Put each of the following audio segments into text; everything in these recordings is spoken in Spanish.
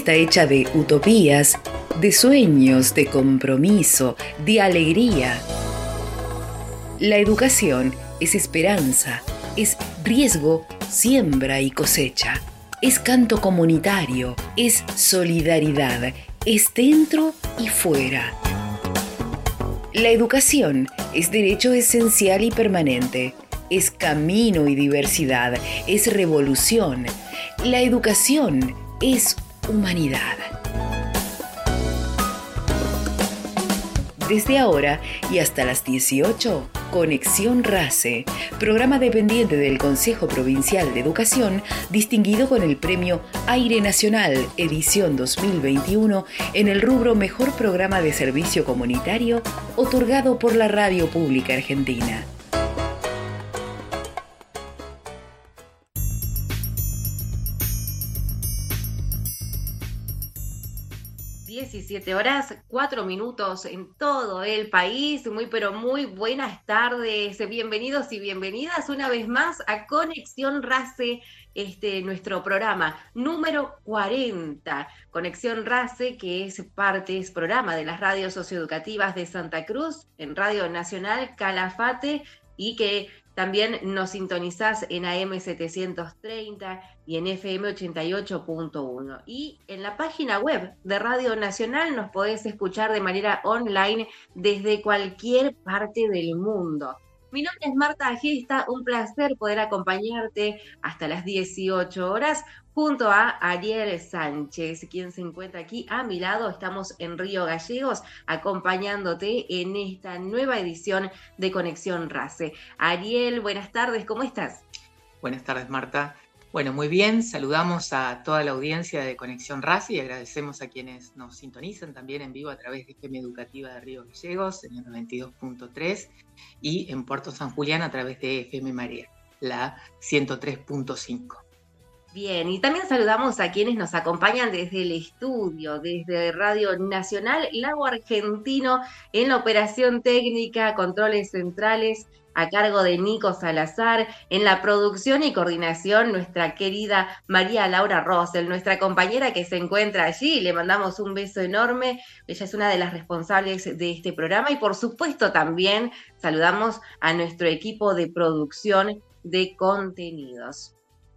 Está hecha de utopías, de sueños, de compromiso, de alegría. La educación es esperanza, es riesgo, siembra y cosecha. Es canto comunitario, es solidaridad, es dentro y fuera. La educación es derecho esencial y permanente, es camino y diversidad, es revolución. La educación es humanidad. Desde ahora y hasta las 18, Conexión RACE, programa dependiente del Consejo Provincial de Educación, distinguido con el premio Aire Nacional, edición 2021, en el rubro Mejor Programa de Servicio Comunitario, otorgado por la Radio Pública Argentina. Horas, 4 minutos en todo el país. Muy, pero muy buenas tardes. Bienvenidos y bienvenidas una vez más a Conexión RACE, nuestro programa número 40. Conexión RACE, que es programa de las radios socioeducativas de Santa Cruz, en Radio Nacional Calafate, y que también nos sintonizás en AM 730 y en FM 88.1. Y en la página web de Radio Nacional nos podés escuchar de manera online desde cualquier parte del mundo. Mi nombre es Marta Agesta, un placer poder acompañarte hasta las 18 horas junto a Ariel Sánchez, quien se encuentra aquí a mi lado. Estamos en Río Gallegos acompañándote en esta nueva edición de Conexión RACE. Ariel, buenas tardes, ¿cómo estás? Buenas tardes, Marta. Bueno, muy bien, saludamos a toda la audiencia de Conexión RACE y agradecemos a quienes nos sintonizan también en vivo a través de FM Educativa de Río Gallegos en el 92.3 y en Puerto San Julián a través de FM Marea, la 103.5. Bien, y también saludamos a quienes nos acompañan desde el estudio, desde Radio Nacional Lago Argentino, en la operación técnica, controles centrales, a cargo de Nico Salazar, en la producción y coordinación, nuestra querida María Laura Rosel, nuestra compañera que se encuentra allí. Le mandamos un beso enorme. Ella es una de las responsables de este programa y, por supuesto, también saludamos a nuestro equipo de producción de contenidos.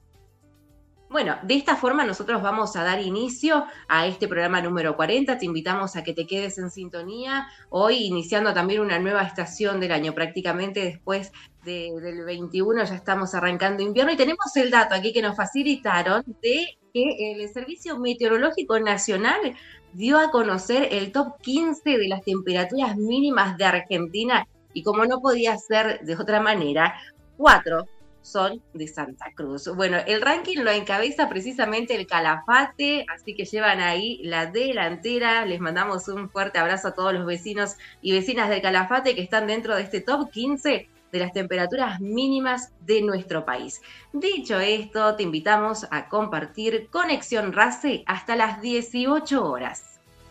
Bueno, de esta forma nosotros vamos a dar inicio a este programa número 40. Te invitamos a que te quedes en sintonía. Hoy iniciando también una nueva estación del año, prácticamente después del 21 ya estamos arrancando invierno y tenemos el dato aquí que nos facilitaron de que el Servicio Meteorológico Nacional dio a conocer el top 15 de las temperaturas mínimas de Argentina y, como no podía ser de otra manera, 4 son de Santa Cruz. Bueno, el ranking lo encabeza precisamente el Calafate, así que llevan ahí la delantera. Les mandamos un fuerte abrazo a todos los vecinos y vecinas del Calafate que están dentro de este top 15 de las temperaturas mínimas de nuestro país. Dicho esto, te invitamos a compartir Conexión RACE hasta las 18 horas.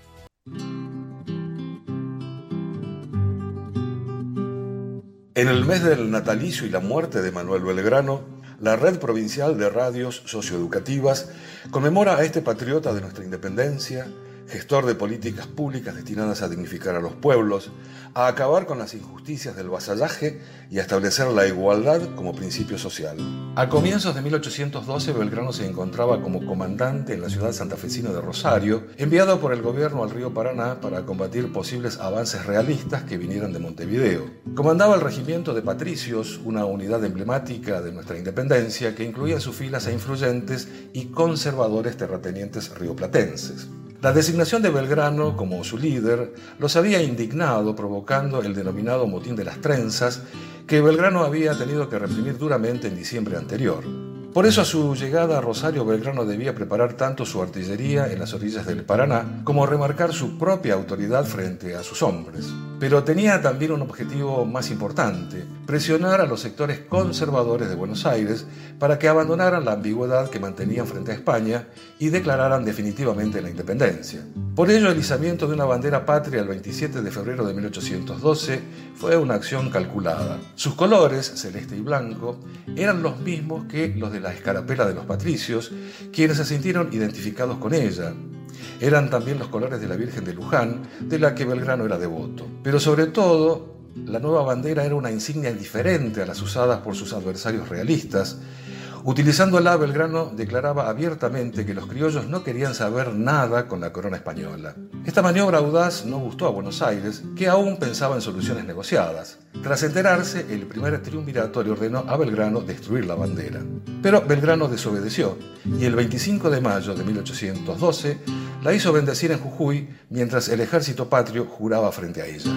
En el mes del natalicio y la muerte de Manuel Belgrano, la Red Provincial de Radios Socioeducativas conmemora a este patriota de nuestra independencia, gestor de políticas públicas destinadas a dignificar a los pueblos, a acabar con las injusticias del vasallaje y a establecer la igualdad como principio social. A comienzos de 1812, Belgrano se encontraba como comandante en la ciudad santafesina de Rosario, enviado por el gobierno al río Paraná para combatir posibles avances realistas que vinieran de Montevideo. Comandaba el regimiento de patricios, una unidad emblemática de nuestra independencia que incluía en sus filas a influyentes y conservadores terratenientes rioplatenses. La designación de Belgrano como su líder los había indignado, provocando el denominado motín de las trenzas, que Belgrano había tenido que reprimir duramente en diciembre anterior. Por eso, a su llegada a Rosario, Belgrano debía preparar tanto su artillería en las orillas del Paraná como remarcar su propia autoridad frente a sus hombres. Pero tenía también un objetivo más importante: presionar a los sectores conservadores de Buenos Aires para que abandonaran la ambigüedad que mantenían frente a España y declararan definitivamente la independencia. Por ello, el izamiento de una bandera patria el 27 de febrero de 1812 fue una acción calculada. Sus colores, celeste y blanco, eran los mismos que los de la escarapela de los patricios, quienes se sintieron identificados con ella. Eran también los colores de la Virgen de Luján, de la que Belgrano era devoto. Pero sobre todo, la nueva bandera era una insignia diferente a las usadas por sus adversarios realistas. Utilizándola, Belgrano declaraba abiertamente que los criollos no querían saber nada con la corona española. Esta maniobra audaz no gustó a Buenos Aires, que aún pensaba en soluciones negociadas. Tras enterarse, el primer triunvirato le ordenó a Belgrano destruir la bandera. Pero Belgrano desobedeció y el 25 de mayo de 1812 la hizo bendecir en Jujuy mientras el ejército patrio juraba frente a ella.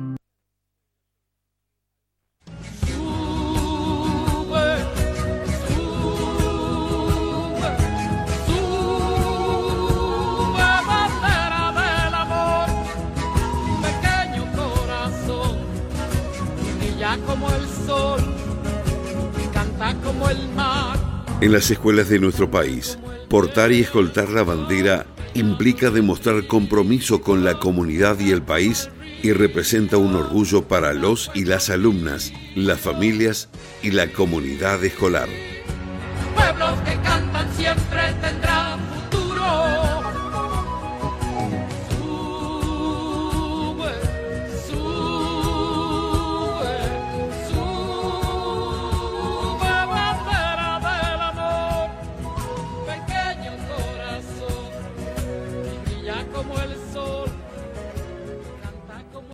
Como el sol, canta como el mar. En las escuelas de nuestro país, portar y escoltar la bandera implica demostrar compromiso con la comunidad y el país y representa un orgullo para los y las alumnas, las familias y la comunidad escolar. Pueblos que cantan siempre tendrán futuro. Como el sol, canta como...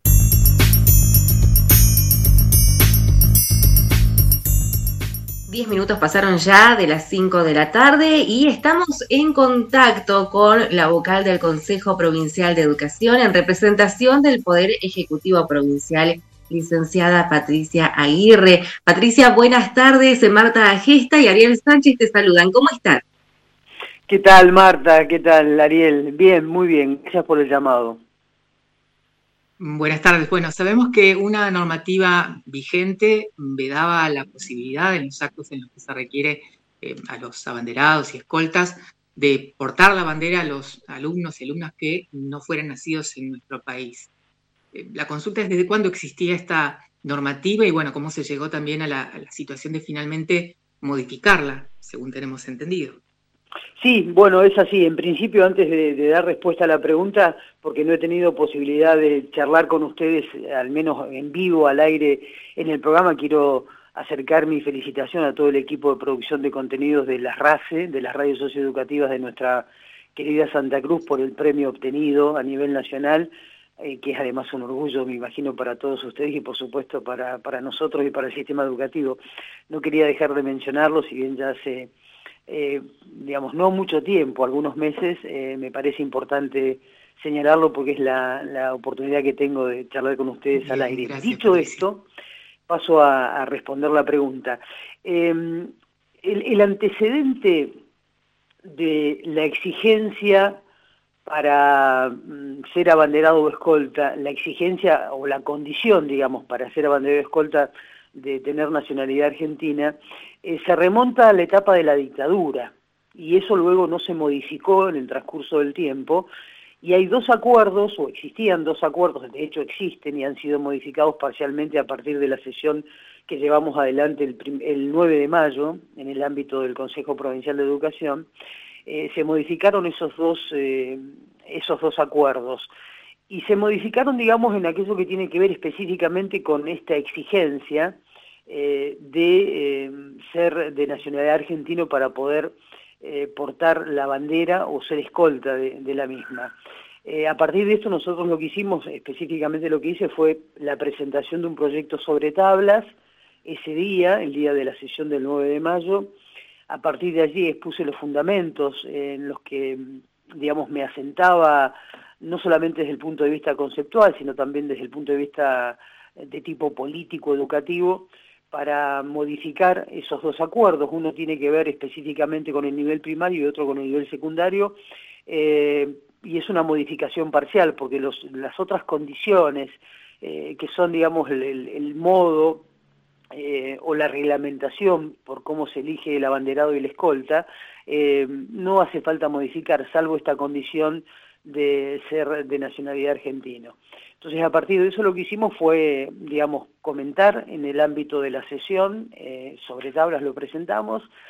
10 minutos pasaron ya de las 5 de la tarde y estamos en contacto con la vocal del Consejo Provincial de Educación en representación del Poder Ejecutivo Provincial, licenciada Patricia Aguirre. Patricia, buenas tardes. Marta Agesta y Ariel Sánchez te saludan. ¿Cómo están? ¿Qué tal, Marta? ¿Qué tal, Ariel? Bien, muy bien. Gracias por el llamado. Buenas tardes. Bueno, sabemos que una normativa vigente vedaba la posibilidad en los actos en los que se requiere a los abanderados y escoltas de portar la bandera a los alumnos y alumnas que no fueran nacidos en nuestro país. La consulta es desde cuándo existía esta normativa y, bueno, cómo se llegó también a la situación de finalmente modificarla, según tenemos entendido. Sí, bueno, es así. En principio, antes de dar respuesta a la pregunta, porque no he tenido posibilidad de charlar con ustedes, al menos en vivo, al aire, en el programa, quiero acercar mi felicitación a todo el equipo de producción de contenidos de las RACE, de las radios socioeducativas de nuestra querida Santa Cruz, por el premio obtenido a nivel nacional, que es además un orgullo, me imagino, para todos ustedes y, por supuesto, para nosotros y para el sistema educativo. No quería dejar de mencionarlo, si bien ya hace... digamos, no mucho tiempo, algunos meses, me parece importante señalarlo porque es la oportunidad que tengo de charlar con ustedes al aire. Gracias, Dicho Patricia. esto, paso a responder la pregunta. El antecedente de la exigencia para ser abanderado o escolta, la exigencia o la condición, digamos, para ser abanderado o escolta de tener nacionalidad argentina, se remonta a la etapa de la dictadura, y eso luego no se modificó en el transcurso del tiempo, y hay dos acuerdos, o existían dos acuerdos, de hecho existen y han sido modificados parcialmente a partir de la sesión que llevamos adelante el 9 de mayo, en el ámbito del Consejo Provincial de Educación. Se modificaron esos dos acuerdos, y se modificaron, digamos, en aquello que tiene que ver específicamente con esta exigencia de ser de nacionalidad argentina para poder portar la bandera o ser escolta de la misma. A partir de esto nosotros lo que hicimos, específicamente lo que hice fue la presentación de un proyecto sobre tablas, ese día, el día de la sesión del 9 de mayo. A partir de allí expuse los fundamentos en los que, digamos, me asentaba no solamente desde el punto de vista conceptual, sino también desde el punto de vista de tipo político, educativo, para modificar esos dos acuerdos. Uno tiene que ver específicamente con el nivel primario y otro con el nivel secundario, y es una modificación parcial, porque las otras condiciones, que son, digamos, el modo o la reglamentación por cómo se elige el abanderado y la escolta, no hace falta modificar, salvo esta condición de ser de nacionalidad argentina. Entonces, a partir de eso lo que hicimos fue, digamos, comentar en el ámbito de la sesión, sobre tablas lo presentamos,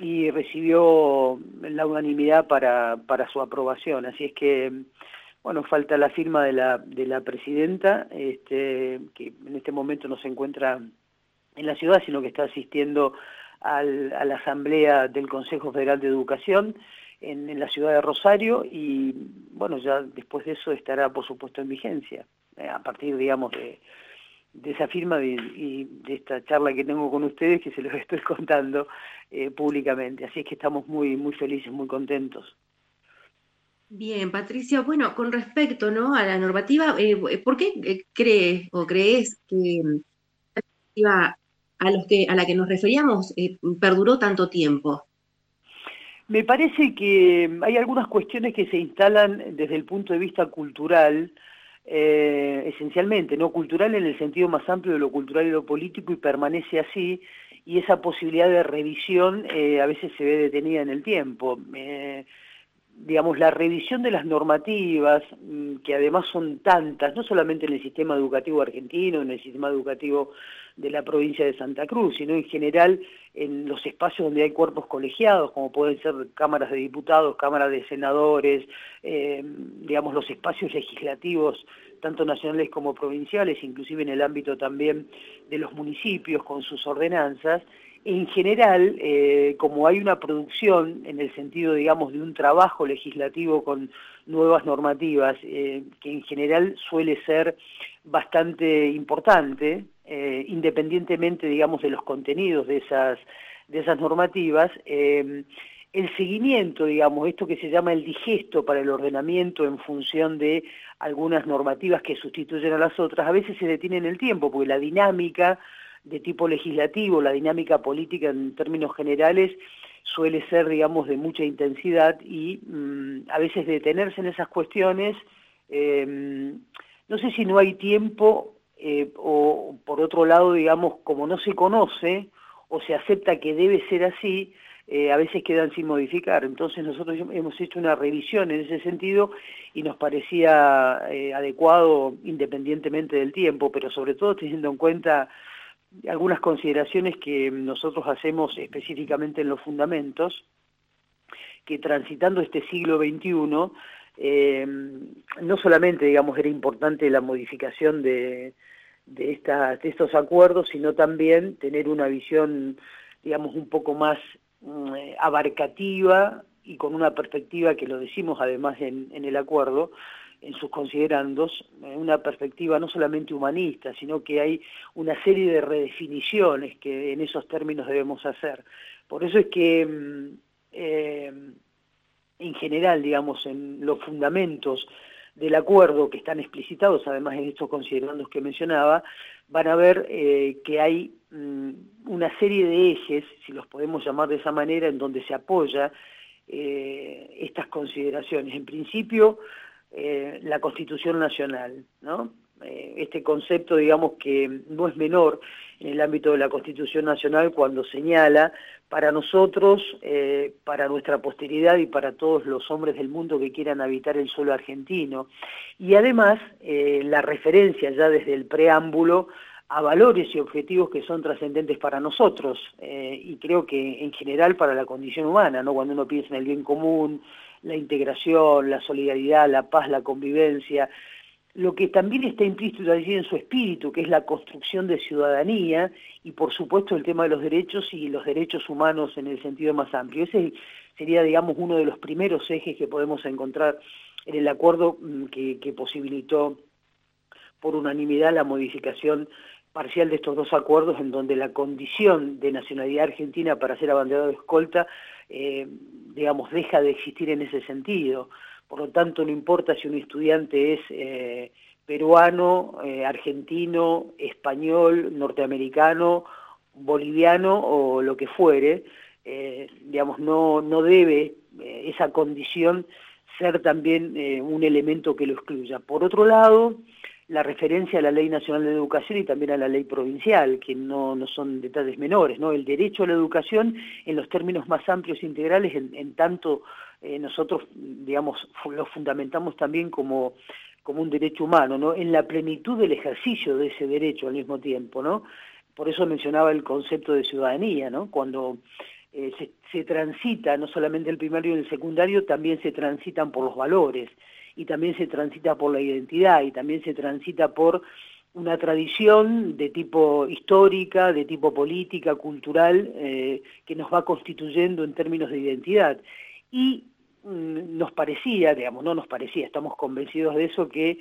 y recibió la unanimidad para su aprobación. Así es que, bueno, falta la firma de la presidenta, que en este momento no se encuentra en la ciudad, sino que está asistiendo a la asamblea del Consejo Federal de Educación en la ciudad de Rosario, y bueno, ya después de eso estará, por supuesto, en vigencia, a partir, digamos, de esa firma y de esta charla que tengo con ustedes, que se los estoy contando públicamente. Así es que estamos muy, muy felices, muy contentos. Bien, Patricia, bueno, con respecto, ¿no?, a la normativa, ¿por qué crees que la normativa a la que nos referíamos perduró tanto tiempo? Me parece que hay algunas cuestiones que se instalan desde el punto de vista cultural, esencialmente, ¿no? Cultural en el sentido más amplio de lo cultural y lo político, y permanece así, y esa posibilidad de revisión a veces se ve detenida en el tiempo. Digamos, la revisión de las normativas, que además son tantas, no solamente en el sistema educativo argentino, en el sistema educativo de la provincia de Santa Cruz, sino en general en los espacios donde hay cuerpos colegiados, como pueden ser cámaras de diputados, cámaras de senadores, digamos, los espacios legislativos, tanto nacionales como provinciales, inclusive en el ámbito también de los municipios con sus ordenanzas. En general, como hay una producción en el sentido, digamos, de un trabajo legislativo con nuevas normativas, que en general suele ser bastante importante, independientemente, digamos, de los contenidos de esas normativas, el seguimiento, digamos, esto que se llama el digesto para el ordenamiento en función de algunas normativas que sustituyen a las otras, a veces se detiene en el tiempo, porque la dinámica de tipo legislativo, la dinámica política en términos generales suele ser, digamos, de mucha intensidad, y a veces detenerse en esas cuestiones, no sé si no hay tiempo, o por otro lado, digamos, como no se conoce o se acepta que debe ser así, a veces quedan sin modificar. Entonces nosotros hemos hecho una revisión en ese sentido y nos parecía adecuado, independientemente del tiempo, pero sobre todo teniendo en cuenta algunas consideraciones que nosotros hacemos específicamente en los fundamentos, que transitando este siglo XXI, no solamente, digamos, era importante la modificación de estos acuerdos, sino también tener una visión, digamos, un poco más abarcativa y con una perspectiva, que lo decimos además en el acuerdo, en sus considerandos, una perspectiva no solamente humanista, sino que hay una serie de redefiniciones que en esos términos debemos hacer. Por eso es que en general, digamos, en los fundamentos del acuerdo, que están explicitados además en estos considerandos que mencionaba, van a ver que hay una serie de ejes, si los podemos llamar de esa manera, en donde se apoya estas consideraciones. En principio, la Constitución Nacional, ¿no? Este concepto, digamos, que no es menor en el ámbito de la Constitución Nacional, cuando señala para nosotros, para nuestra posteridad y para todos los hombres del mundo que quieran habitar el suelo argentino, y además la referencia ya desde el preámbulo a valores y objetivos que son trascendentes para nosotros, y creo que en general para la condición humana, ¿no? Cuando uno piensa en el bien común, la integración, la solidaridad, la paz, la convivencia, lo que también está implícito allí en su espíritu, que es la construcción de ciudadanía, y por supuesto el tema de los derechos y los derechos humanos en el sentido más amplio. Ese sería, digamos, uno de los primeros ejes que podemos encontrar en el acuerdo que posibilitó por unanimidad la modificación parcial de estos dos acuerdos, en donde la condición de nacionalidad argentina para ser abanderado de escolta, digamos, deja de existir en ese sentido. Por lo tanto, no importa si un estudiante es peruano, argentino, español, norteamericano, boliviano o lo que fuere, digamos, no debe esa condición ser también un elemento que lo excluya. Por otro lado, la referencia a la Ley Nacional de Educación y también a la ley provincial, que no son detalles menores, ¿no? El derecho a la educación en los términos más amplios e integrales, en tanto nosotros, digamos, lo fundamentamos también como un derecho humano, ¿no? En la plenitud del ejercicio de ese derecho al mismo tiempo, ¿no? Por eso mencionaba el concepto de ciudadanía, ¿no? Cuando se transita, no solamente el primario y el secundario, también se transitan por los valores, y también se transita por la identidad, y también se transita por una tradición de tipo histórica, de tipo política, cultural, que nos va constituyendo en términos de identidad. Y nos parecía, digamos, no nos parecía, estamos convencidos de eso, que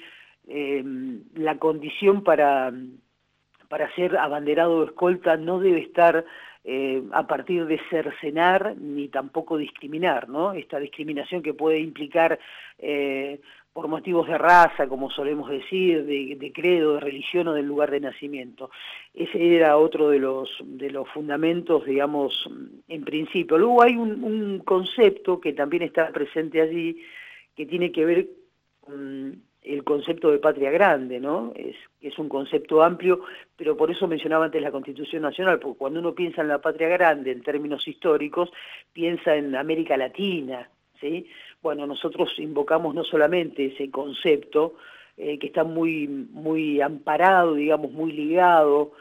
la condición para ser abanderado o escolta no debe estar a partir de cercenar ni tampoco discriminar, ¿no? Esta discriminación que puede implicar por motivos de raza, como solemos decir, de credo, de religión o del lugar de nacimiento. Ese era otro de los fundamentos, digamos, en principio. Luego hay un concepto que también está presente allí, que tiene que ver con el concepto de patria grande, ¿no? Es un concepto amplio, pero por eso mencionaba antes la Constitución Nacional, porque cuando uno piensa en la patria grande en términos históricos, piensa en América Latina, ¿sí? Bueno, nosotros invocamos no solamente ese concepto, que está muy amparado, digamos, muy ligado,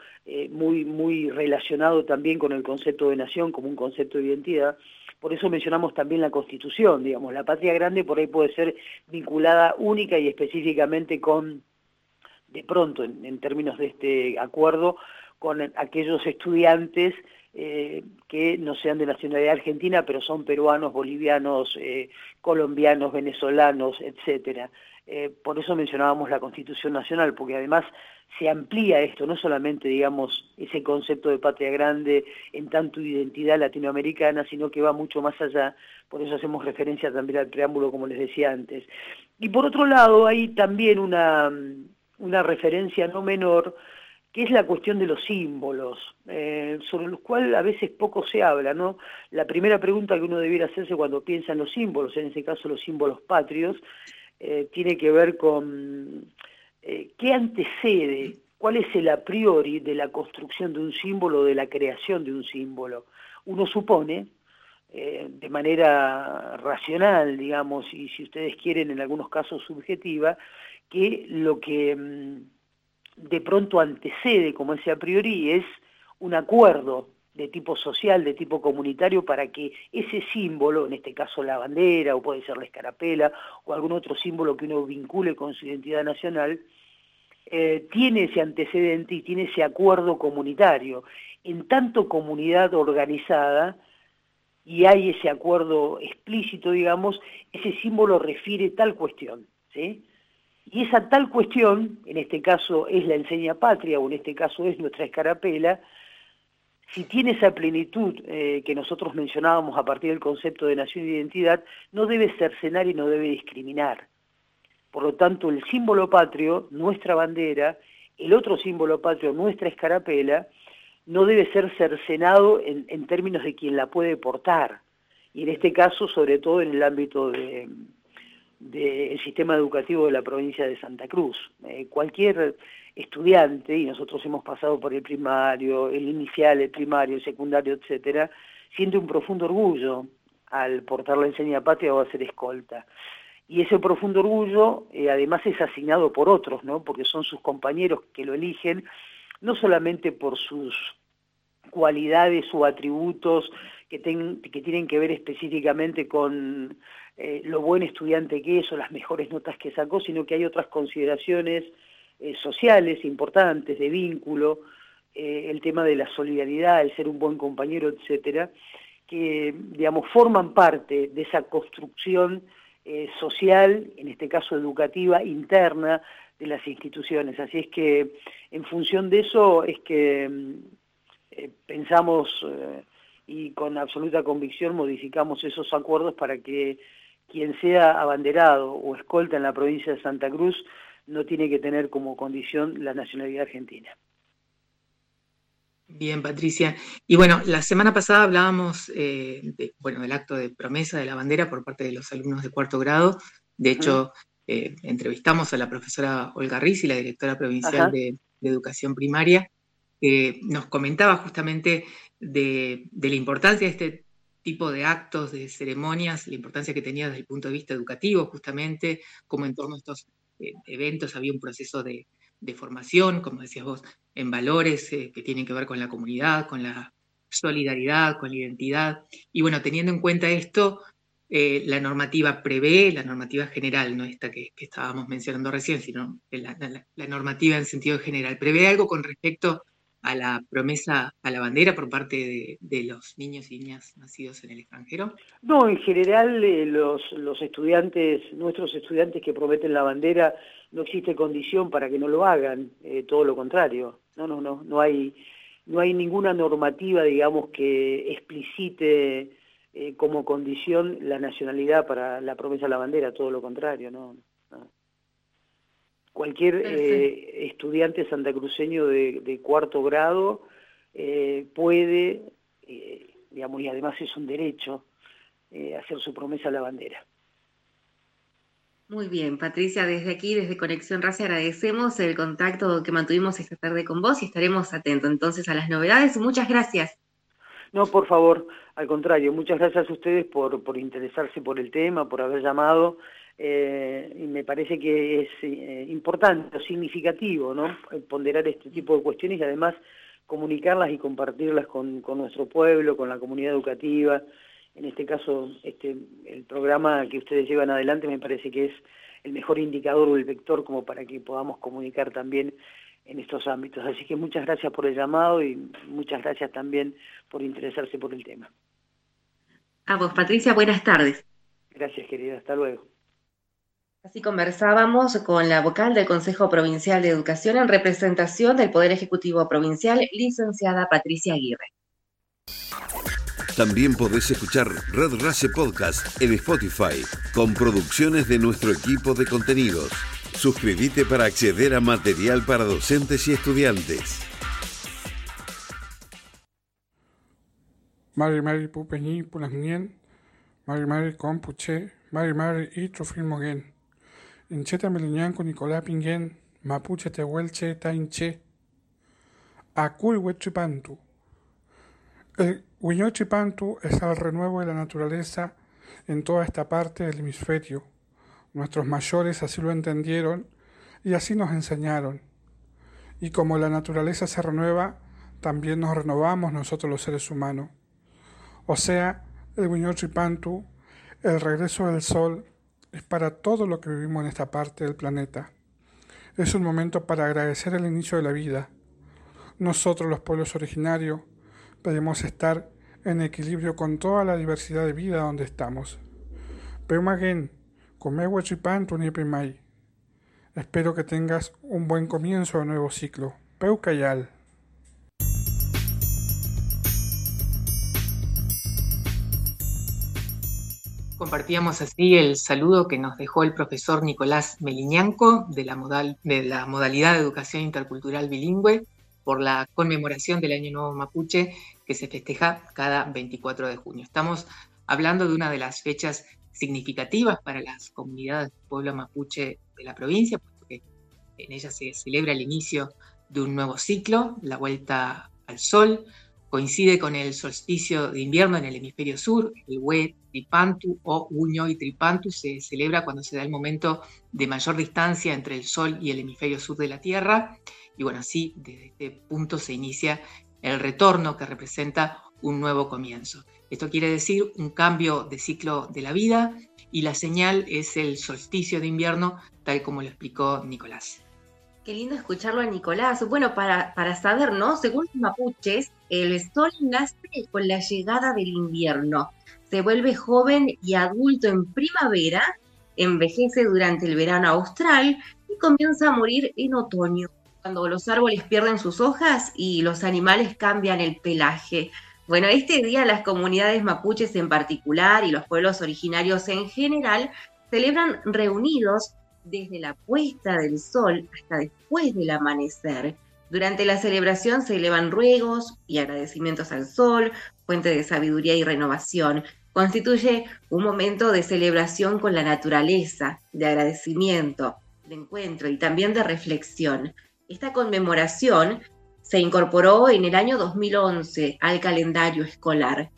muy relacionado también con el concepto de nación como un concepto de identidad. Por eso mencionamos también la Constitución, digamos, la patria grande por ahí puede ser vinculada única y específicamente con, de pronto, en términos de este acuerdo, con aquellos estudiantes que no sean de nacionalidad argentina, pero son peruanos, bolivianos, colombianos, venezolanos, etcétera. Por eso mencionábamos la Constitución Nacional, porque además se amplía esto, no solamente, digamos, ese concepto de patria grande en tanto identidad latinoamericana, sino que va mucho más allá, por eso hacemos referencia también al preámbulo, como les decía antes. Y por otro lado, hay también una referencia no menor, que es la cuestión de los símbolos, sobre los cuales a veces poco se habla, ¿no? La primera pregunta que uno debiera hacerse cuando piensa en los símbolos, en este caso los símbolos patrios, tiene que ver con qué antecede, cuál es el a priori de la construcción de un símbolo, de la creación de un símbolo. Uno supone, de manera racional, digamos, y si ustedes quieren, en algunos casos subjetiva, que lo que de pronto antecede como ese a priori es un acuerdo de tipo social, de tipo comunitario, para que ese símbolo, en este caso la bandera, o puede ser la escarapela, o algún otro símbolo que uno vincule con su identidad nacional, tiene ese antecedente y tiene ese acuerdo comunitario. En tanto comunidad organizada, y hay ese acuerdo explícito, digamos, ese símbolo refiere tal cuestión, ¿sí? Y esa tal cuestión, en este caso es la enseña patria, o en este caso es nuestra escarapela, si tiene esa plenitud que nosotros mencionábamos a partir del concepto de nación e identidad, no debe cercenar y no debe discriminar. Por lo tanto, el símbolo patrio, nuestra bandera, el otro símbolo patrio, nuestra escarapela, no debe ser cercenado en términos de quien la puede portar. Y en este caso, sobre todo en el ámbito del sistema educativo de la provincia de Santa Cruz. Cualquier estudiante, y nosotros hemos pasado por el primario, el inicial, el primario, el secundario, etcétera, siente un profundo orgullo al portar la enseña patria o a ser escolta. Y ese profundo orgullo además es asignado por otros, ¿no? Porque son sus compañeros que lo eligen, no solamente por sus cualidades o atributos que tienen que ver específicamente con lo buen estudiante que es o las mejores notas que sacó, sino que hay otras consideraciones sociales importantes, de vínculo, el tema de la solidaridad, el ser un buen compañero, etcétera, que, digamos, forman parte de esa construcción social, en este caso educativa, interna de las instituciones. Así es que, en función de eso, es que pensamos y con absoluta convicción modificamos esos acuerdos para que quien sea abanderado o escolta en la provincia de Santa Cruz no tiene que tener como condición la nacionalidad argentina. Bien, Patricia. Y bueno, la semana pasada hablábamos del acto de promesa de la bandera por parte de los alumnos de cuarto grado. De hecho, entrevistamos a la profesora Olga Rizzi, la directora provincial de Educación Primaria, que nos comentaba justamente de la importancia de este tipo de actos, de ceremonias, la importancia que tenía desde el punto de vista educativo, justamente, como en torno a estos eventos había un proceso de formación, como decías vos, en valores que tienen que ver con la comunidad, con la solidaridad, con la identidad. Y bueno, teniendo en cuenta esto, la normativa prevé, la normativa general, no esta que estábamos mencionando recién, sino la normativa en sentido general, prevé algo con respecto a la promesa a la bandera por parte de los niños y niñas nacidos en el extranjero? No, en general los estudiantes, nuestros estudiantes que prometen la bandera, no existe condición para que no lo hagan, todo lo contrario. No hay ninguna normativa, digamos, que explicite como condición la nacionalidad para la promesa a la bandera, todo lo contrario, no. Cualquier estudiante santacruceño de cuarto grado puede, digamos, y además es un derecho, hacer su promesa a la bandera. Muy bien, Patricia, desde aquí, desde Conexión Race, agradecemos el contacto que mantuvimos esta tarde con vos y estaremos atentos entonces a las novedades. Muchas gracias. No, por favor, al contrario, muchas gracias a ustedes por interesarse por el tema, por haber llamado. Y me parece que es importante, significativo, ¿no?, ponderar este tipo de cuestiones y además comunicarlas y compartirlas con nuestro pueblo, con la comunidad educativa. En este caso, el programa que ustedes llevan adelante me parece que es el mejor indicador o el vector como para que podamos comunicar también en estos ámbitos. Así que muchas gracias por el llamado y muchas gracias también por interesarse por el tema. A vos, Patricia, buenas tardes. Gracias, querida, hasta luego. Así conversábamos con la vocal del Consejo Provincial de Educación en representación del Poder Ejecutivo Provincial, licenciada Patricia Aguirre. También podés escuchar Red Race Podcast en Spotify, con producciones de nuestro equipo de contenidos. Suscríbete para acceder a material para docentes y estudiantes. Mari Pupeñi Pulasnien, Mari Compuche, Mari y Trofilmogen. Incheta Meliñanco Nicolás Pinguen, Mapuche Tehuelche Tainche. Acul Huechipantu. El Huiñochipantu es el renuevo de la naturaleza en toda esta parte del hemisferio. Nuestros mayores así lo entendieron y así nos enseñaron. Y como la naturaleza se renueva, también nos renovamos nosotros los seres humanos. O sea, el Huiñochipantu, el regreso del sol, es para todo lo que vivimos en esta parte del planeta. Es un momento para agradecer el inicio de la vida. Nosotros, los pueblos originarios, podemos estar en equilibrio con toda la diversidad de vida donde estamos. Peumagen, Comehuachipantu ni primay. Espero que tengas un buen comienzo de nuevo ciclo. Peucayal. Compartíamos así el saludo que nos dejó el profesor Nicolás Meliñanco de la modalidad de Educación Intercultural Bilingüe por la conmemoración del Año Nuevo Mapuche que se festeja cada 24 de junio. Estamos hablando de una de las fechas significativas para las comunidades del pueblo mapuche de la provincia, porque en ella se celebra el inicio de un nuevo ciclo, la vuelta al sol. Coincide con el solsticio de invierno en el hemisferio sur, el Hue Tripantu o Uñoy Tripantu se celebra cuando se da el momento de mayor distancia entre el sol y el hemisferio sur de la Tierra. Y bueno, así desde este punto se inicia el retorno que representa un nuevo comienzo. Esto quiere decir un cambio de ciclo de la vida y la señal es el solsticio de invierno, tal como lo explicó Nicolás. Qué lindo escucharlo a Nicolás. Bueno, para saber, ¿no? Según los mapuches, el sol nace con la llegada del invierno. Se vuelve joven y adulto en primavera, envejece durante el verano austral y comienza a morir en otoño, cuando los árboles pierden sus hojas y los animales cambian el pelaje. Bueno, este día las comunidades mapuches en particular y los pueblos originarios en general celebran reunidos desde la puesta del sol hasta después del amanecer. Durante la celebración se elevan ruegos y agradecimientos al sol, fuente de sabiduría y renovación. Constituye un momento de celebración con la naturaleza, de agradecimiento, de encuentro y también de reflexión. Esta conmemoración se incorporó en el año 2011 al calendario escolar.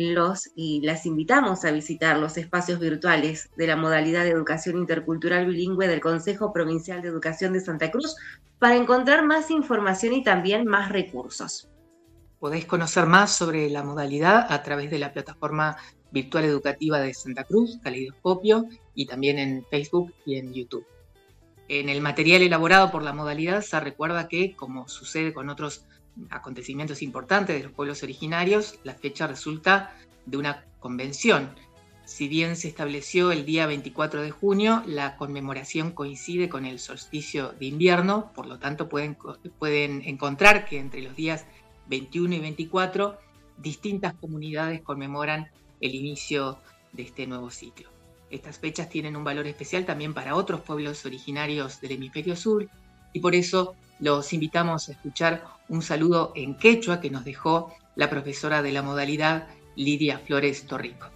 Las invitamos a visitar los espacios virtuales de la modalidad de Educación Intercultural Bilingüe del Consejo Provincial de Educación de Santa Cruz para encontrar más información y también más recursos. Podéis conocer más sobre la modalidad a través de la plataforma virtual educativa de Santa Cruz, Caleidoscopio, y también en Facebook y en YouTube. En el material elaborado por la modalidad se recuerda que, como sucede con otros acontecimientos importantes de los pueblos originarios, la fecha resulta de una convención. Si bien se estableció el día 24 de junio, la conmemoración coincide con el solsticio de invierno, por lo tanto pueden encontrar que entre los días 21 y 24 distintas comunidades conmemoran el inicio de este nuevo ciclo. Estas fechas tienen un valor especial también para otros pueblos originarios del hemisferio sur y por eso los invitamos a escuchar un saludo en quechua que nos dejó la profesora de la modalidad, Lidia Flores Torrico.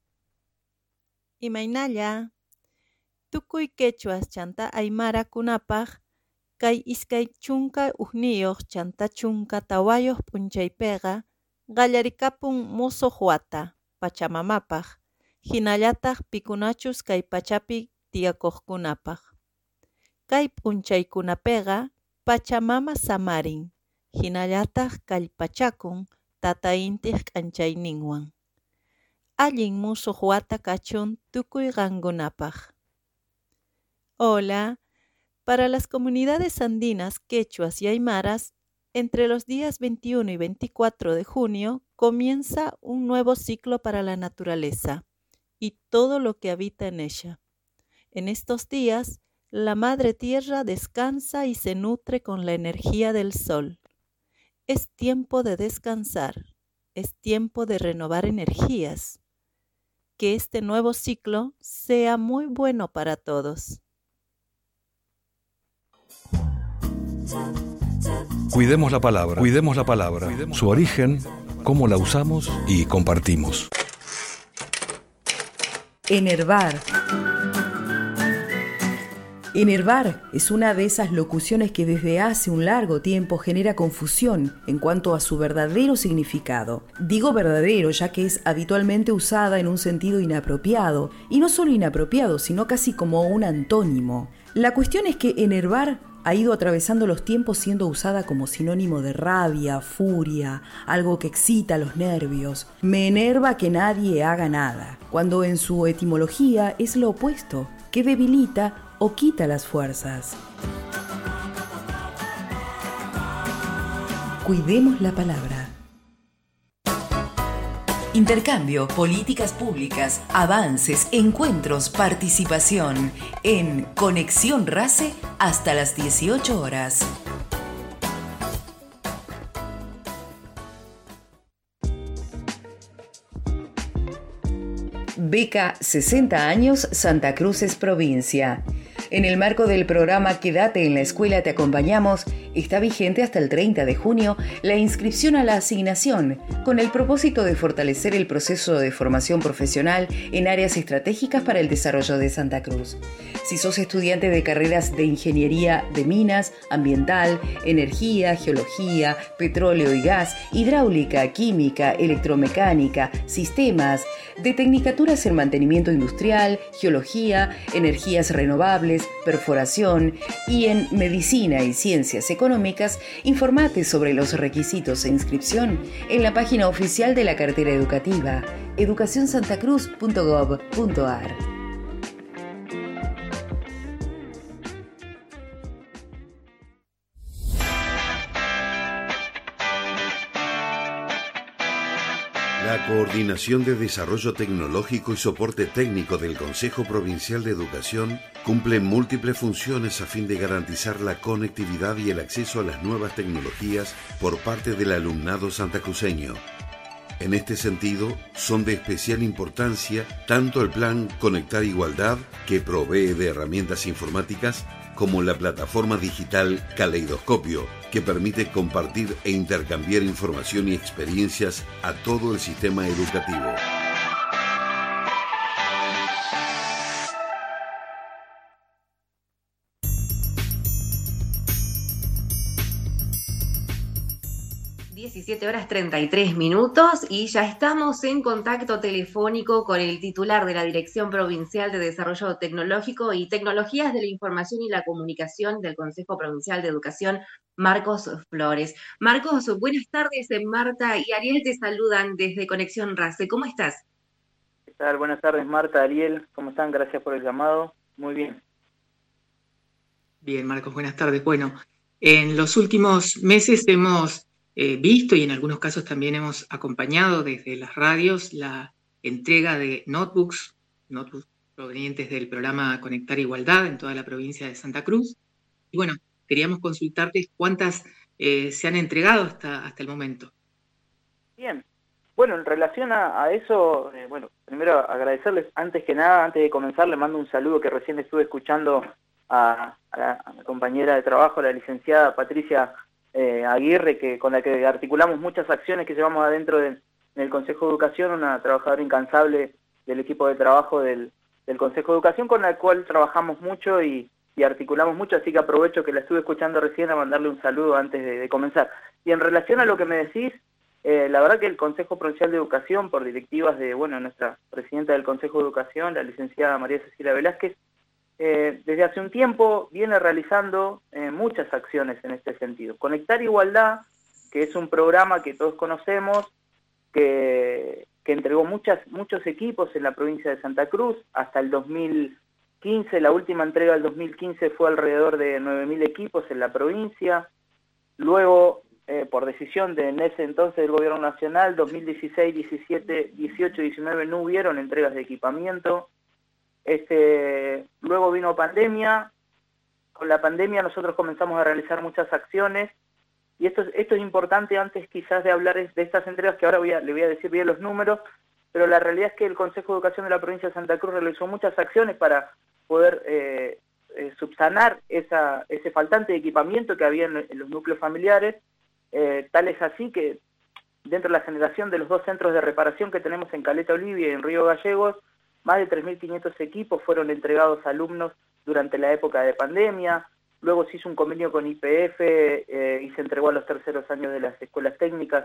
Imaynalla, tukuy quechuas chanta aymara kunapaj, kay iskay chunka ujniyoq chanta chunka tawayoq p'unchaypiqa, qallarikapun musuq wata, Pachamamapaj, hinallataq pikunachus kay pachapi tiyakuqkunapaq. Kay p'unchaykunapiqa Pachamama samarin, hinallataq kallpachakun tata intij k'anchayninwan. Allin musuq wata kachun tukuy qankunapaq. Hola, para las comunidades andinas, quechuas y aymaras, entre los días 21 y 24 de junio comienza un nuevo ciclo para la naturaleza y todo lo que habita en ella. En estos días, la Madre Tierra descansa y se nutre con la energía del sol. Es tiempo de descansar, es tiempo de renovar energías. Que este nuevo ciclo sea muy bueno para todos. Cuidemos la palabra, su origen, cómo la usamos y compartimos. Enervar. Enervar es una de esas locuciones que desde hace un largo tiempo genera confusión en cuanto a su verdadero significado. Digo verdadero ya que es habitualmente usada en un sentido inapropiado, y no solo inapropiado, sino casi como un antónimo. La cuestión es que enervar ha ido atravesando los tiempos siendo usada como sinónimo de rabia, furia, algo que excita los nervios. Me enerva que nadie haga nada, cuando en su etimología es lo opuesto, que debilita o quita las fuerzas. Cuidemos la palabra. Intercambio, políticas públicas, avances, encuentros, participación en Conexión RACE hasta las 18 horas. Beca 60 años, Santa Cruz es provincia. En el marco del programa Quédate en la Escuela Te Acompañamos, está vigente hasta el 30 de junio la inscripción a la asignación, con el propósito de fortalecer el proceso de formación profesional en áreas estratégicas para el desarrollo de Santa Cruz. Si sos estudiante de carreras de ingeniería de minas, ambiental, energía, geología, petróleo y gas, hidráulica, química, electromecánica, sistemas, de tecnicaturas en mantenimiento industrial, geología, energías renovables, perforación y en medicina y ciencias económicas, informate sobre los requisitos e inscripción en la página oficial de la cartera educativa educacionsantacruz.gov.ar. La Coordinación de Desarrollo Tecnológico y Soporte Técnico del Consejo Provincial de Educación cumple múltiples funciones a fin de garantizar la conectividad y el acceso a las nuevas tecnologías por parte del alumnado santacruceño. En este sentido, son de especial importancia tanto el plan Conectar Igualdad, que provee de herramientas informáticas, como la plataforma digital Caleidoscopio, que permite compartir e intercambiar información y experiencias a todo el sistema educativo. 17 horas 33 minutos y ya estamos en contacto telefónico con el titular de la Dirección Provincial de Desarrollo Tecnológico y Tecnologías de la Información y la Comunicación del Consejo Provincial de Educación, Marcos Flores. Marcos, buenas tardes. Marta y Ariel te saludan desde Conexión RACE. ¿Cómo estás? ¿Qué tal? Buenas tardes, Marta, Ariel. ¿Cómo están? Gracias por el llamado. Muy bien. Bien, Marcos, buenas tardes. Bueno, en los últimos meses hemos visto y en algunos casos también hemos acompañado desde las radios la entrega de notebooks provenientes del programa Conectar Igualdad en toda la provincia de Santa Cruz. Y bueno, queríamos consultarte cuántas se han entregado hasta el momento. Bien. Bueno, en relación a eso, bueno, primero agradecerles, antes que nada, antes de comenzar, le mando un saludo que recién estuve escuchando a la compañera de trabajo, la licenciada Patricia Aguirre, con la que articulamos muchas acciones que llevamos adentro del Consejo de Educación, una trabajadora incansable del equipo de trabajo del Consejo de Educación, con la cual trabajamos mucho y articulamos mucho, así que aprovecho que la estuve escuchando recién a mandarle un saludo antes de comenzar. Y en relación a lo que me decís, la verdad que el Consejo Provincial de Educación, por directivas de nuestra presidenta del Consejo de Educación, la licenciada María Cecilia Velázquez, desde hace un tiempo viene realizando muchas acciones en este sentido. Conectar Igualdad, que es un programa que todos conocemos, que entregó muchos equipos en la provincia de Santa Cruz, hasta el 2015, la última entrega del 2015 fue alrededor de 9.000 equipos en la provincia. Luego, por decisión en ese entonces del Gobierno Nacional, 2016, 17, 18 y 19 no hubieron entregas de equipamiento. Luego vino pandemia. Con la pandemia nosotros comenzamos a realizar muchas acciones y esto es importante antes quizás de hablar de estas entregas, que ahora le voy a decir bien los números, pero la realidad es que el Consejo de Educación de la provincia de Santa Cruz realizó muchas acciones para poder subsanar ese faltante de equipamiento que había en los núcleos familiares. Tal es así que dentro de la generación de los 2 centros de reparación que tenemos en Caleta Olivia y en Río Gallegos, más de 3.500 equipos fueron entregados a alumnos durante la época de pandemia. Luego se hizo un convenio con YPF y se entregó a los terceros años de las escuelas técnicas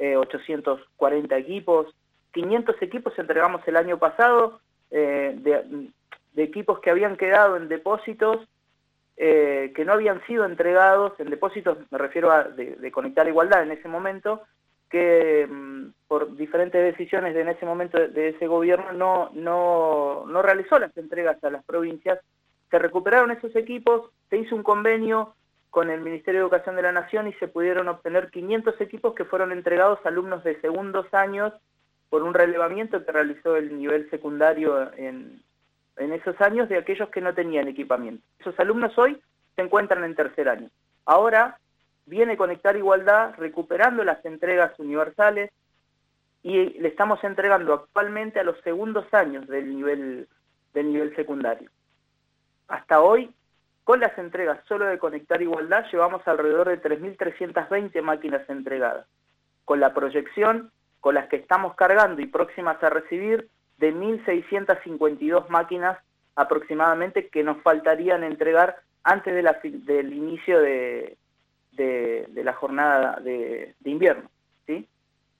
840 equipos. 500 equipos entregamos el año pasado de equipos que habían quedado en depósitos, que no habían sido entregados. En depósitos me refiero a de Conectar Igualdad en ese momento, que por diferentes decisiones en ese momento de ese gobierno no realizó las entregas a las provincias. Se recuperaron esos equipos, se hizo un convenio con el Ministerio de Educación de la Nación y se pudieron obtener 500 equipos que fueron entregados a alumnos de segundos años por un relevamiento que realizó el nivel secundario en esos años de aquellos que no tenían equipamiento. Esos alumnos hoy se encuentran en tercer año. Ahora viene Conectar Igualdad recuperando las entregas universales y le estamos entregando actualmente a los segundos años del nivel secundario. Hasta hoy, con las entregas solo de Conectar Igualdad, llevamos alrededor de 3.320 máquinas entregadas, con la proyección con las que estamos cargando y próximas a recibir de 1.652 máquinas aproximadamente que nos faltarían entregar antes del inicio de la jornada de invierno, ¿sí?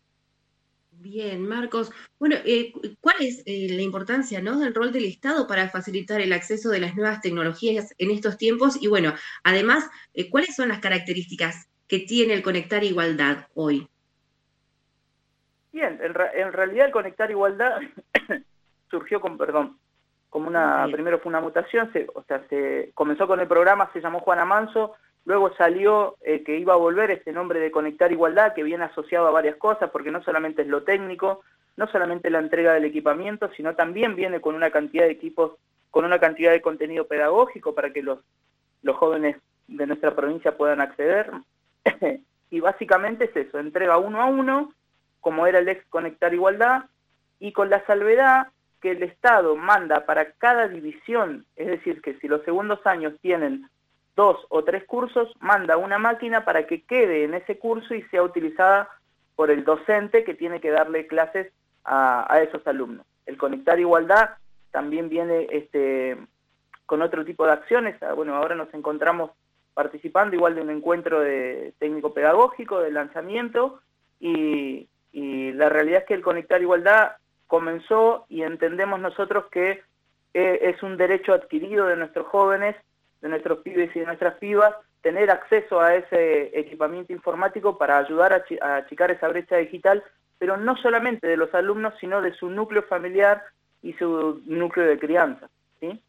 Bien, Marcos. Bueno, ¿cuál es la importancia, ¿no?, del rol del Estado para facilitar el acceso de las nuevas tecnologías en estos tiempos? Y bueno, además, ¿cuáles son las características que tiene el Conectar Igualdad hoy? Bien, en realidad el Conectar Igualdad surgió primero fue una mutación, se comenzó con el programa, se llamó Juana Manso. Luego salió que iba a volver este nombre de Conectar Igualdad, que viene asociado a varias cosas, porque no solamente es lo técnico, no solamente la entrega del equipamiento, sino también viene con una cantidad de equipos, con una cantidad de contenido pedagógico para que los jóvenes de nuestra provincia puedan acceder. Y básicamente es eso, entrega 1 a 1, como era el ex Conectar Igualdad, y con la salvedad que el Estado manda para cada división, es decir, que si los segundos años tienen 2 o 3 cursos, manda una máquina para que quede en ese curso y sea utilizada por el docente que tiene que darle clases a esos alumnos. El Conectar Igualdad también viene con otro tipo de acciones. Bueno, ahora nos encontramos participando igual de un encuentro de técnico-pedagógico, de lanzamiento, y la realidad es que el Conectar Igualdad comenzó y entendemos nosotros que es un derecho adquirido de nuestros jóvenes, de nuestros pibes y de nuestras pibas, tener acceso a ese equipamiento informático para ayudar a achicar esa brecha digital, pero no solamente de los alumnos, sino de su núcleo familiar y su núcleo de crianza, ¿sí?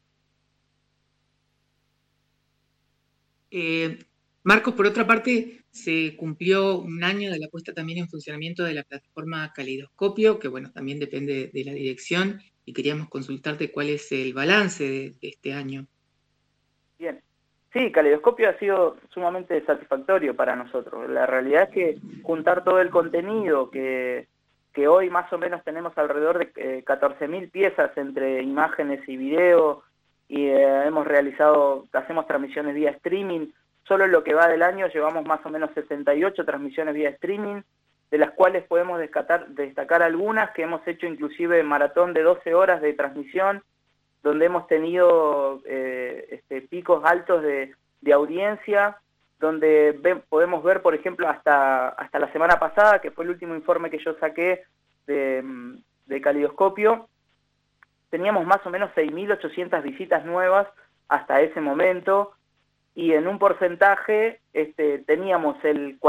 Marcos, por otra parte, se cumplió un año de la puesta también en funcionamiento de la plataforma Caleidoscopio, que bueno, también depende de la dirección, y queríamos consultarte cuál es el balance de este año. Bien. Sí, Caleidoscopio ha sido sumamente satisfactorio para nosotros. La realidad es que juntar todo el contenido que hoy más o menos tenemos alrededor de 14.000 piezas entre imágenes y video, y hacemos transmisiones vía streaming. Solo en lo que va del año llevamos más o menos 68 transmisiones vía streaming, de las cuales podemos destacar algunas que hemos hecho inclusive maratón de 12 horas de transmisión, donde hemos tenido picos altos de audiencia, donde podemos ver, por ejemplo, hasta la semana pasada, que fue el último informe que yo saqué de Caleidoscopio, teníamos más o menos 6.800 visitas nuevas hasta ese momento, y en un porcentaje teníamos el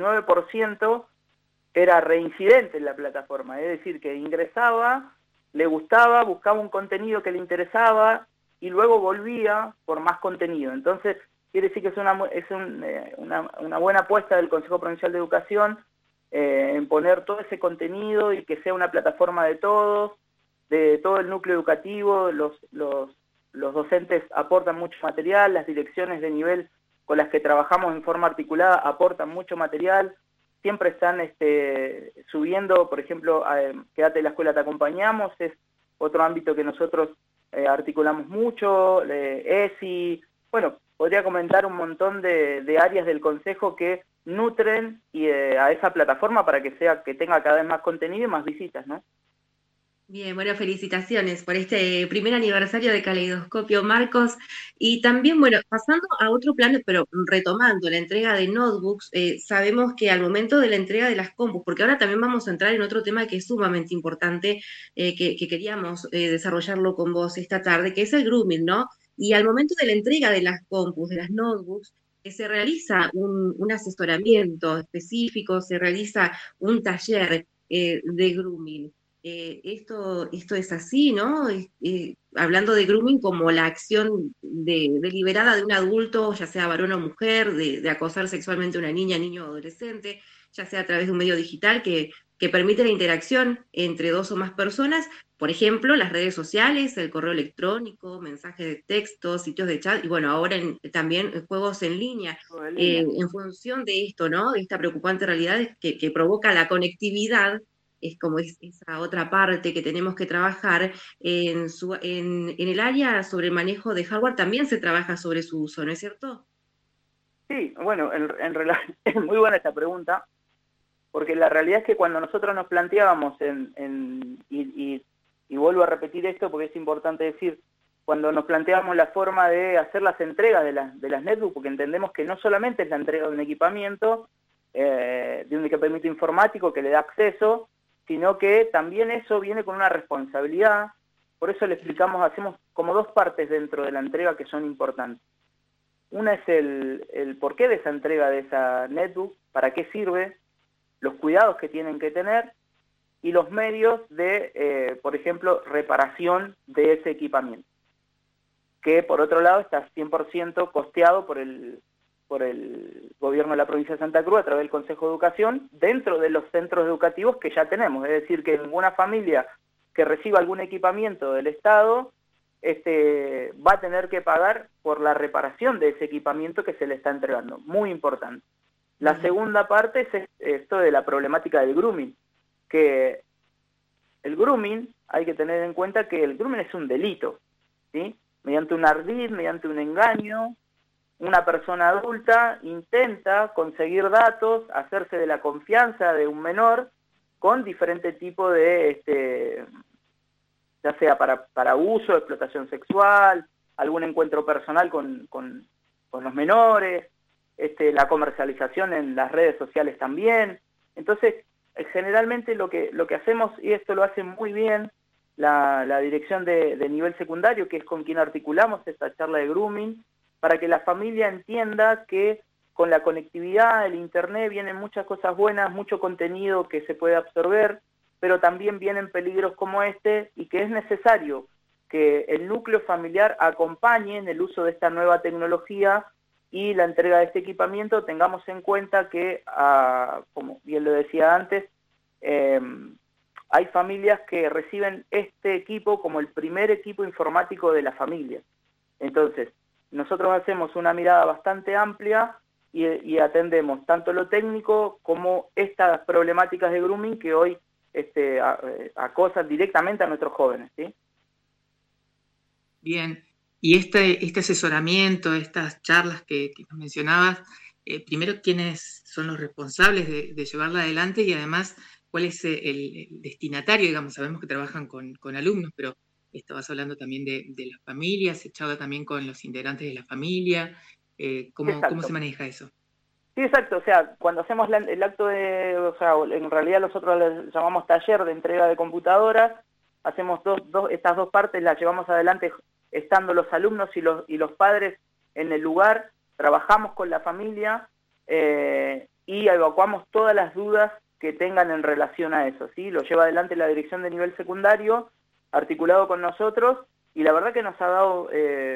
49% era reincidente en la plataforma, es decir, que ingresaba, le gustaba, buscaba un contenido que le interesaba y luego volvía por más contenido. Entonces, quiere decir que es una buena apuesta del Consejo Provincial de Educación en poner todo ese contenido y que sea una plataforma de todo el núcleo educativo. Los docentes aportan mucho material, las direcciones de nivel con las que trabajamos en forma articulada aportan mucho material, siempre están subiendo, por ejemplo, Quédate en la escuela, te acompañamos, es otro ámbito que nosotros articulamos mucho, ESI, bueno, podría comentar un montón de áreas del Consejo que nutren a esa plataforma para que tenga cada vez más contenido y más visitas, ¿no? Bien, bueno, felicitaciones por este primer aniversario de Caleidoscopio, Marcos. Y también, bueno, pasando a otro plano, pero retomando la entrega de notebooks, sabemos que al momento de la entrega de las compus, porque ahora también vamos a entrar en otro tema que es sumamente importante, que queríamos desarrollarlo con vos esta tarde, que es el grooming, ¿no? Y al momento de la entrega de las compus, de las notebooks, se realiza un asesoramiento específico, se realiza un taller de grooming. Esto es así, ¿no? Hablando de grooming como la acción deliberada de un adulto, ya sea varón o mujer, de acosar sexualmente a una niña, niño o adolescente, ya sea a través de un medio digital que permite la interacción entre dos o más personas, por ejemplo, las redes sociales, el correo electrónico, mensajes de texto, sitios de chat, y bueno, ahora también juegos en línea, en función de esto, ¿no? De esta preocupante realidad que provoca la conectividad. Es como esa otra parte que tenemos que trabajar en el área sobre el manejo de hardware, también se trabaja sobre su uso, ¿no es cierto? Sí, bueno, en realidad es muy buena esta pregunta, porque la realidad es que cuando nosotros nos planteábamos y vuelvo a repetir esto porque es importante decir, cuando nos planteamos la forma de hacer las entregas de las netbooks, porque entendemos que no solamente es la entrega de un equipamiento informático que le da acceso, sino que también eso viene con una responsabilidad. Por eso le explicamos, hacemos como dos partes dentro de la entrega que son importantes. Una es el porqué de esa entrega de esa netbook, para qué sirve, los cuidados que tienen que tener y los medios de, por ejemplo, reparación de ese equipamiento, que por otro lado está 100% costeado por el gobierno de la provincia de Santa Cruz a través del Consejo de Educación dentro de los centros educativos que ya tenemos. Es decir, que ninguna familia que reciba algún equipamiento del Estado va a tener que pagar por la reparación de ese equipamiento que se le está entregando. Muy importante. La segunda parte es esto de la problemática del grooming, que el grooming, hay que tener en cuenta que el grooming es un delito, ¿sí? Mediante un ardid, mediante un engaño, una persona adulta intenta conseguir datos, hacerse de la confianza de un menor con diferentes tipos de, ya sea para uso, explotación sexual, algún encuentro personal con los menores, la comercialización en las redes sociales también. Entonces, generalmente lo que hacemos, y esto lo hace muy bien la dirección de nivel secundario, que es con quien articulamos esta charla de grooming, para que la familia entienda que con la conectividad, el internet, vienen muchas cosas buenas, mucho contenido que se puede absorber, pero también vienen peligros como este, y que es necesario que el núcleo familiar acompañe en el uso de esta nueva tecnología y la entrega de este equipamiento. Tengamos en cuenta que, como bien lo decía antes, hay familias que reciben este equipo como el primer equipo informático de la familia. Entonces, nosotros hacemos una mirada bastante amplia y atendemos tanto lo técnico como estas problemáticas de grooming que hoy acosan directamente a nuestros jóvenes, ¿sí? Bien, y este asesoramiento, estas charlas que nos mencionabas, primero, ¿quiénes son los responsables de llevarla adelante? Y además, ¿cuál es el destinatario? Digamos, sabemos que trabajan con alumnos, pero estabas hablando también de las familias, se charla también con los integrantes de la familia. ¿Cómo se maneja eso? Sí, exacto. O sea, cuando hacemos el acto en realidad nosotros le llamamos taller de entrega de computadoras, hacemos estas dos partes, las llevamos adelante estando los alumnos y los padres en el lugar, trabajamos con la familia y evacuamos todas las dudas que tengan en relación a eso, ¿sí? Lo lleva adelante la dirección de nivel secundario, articulado con nosotros, y la verdad que nos ha dado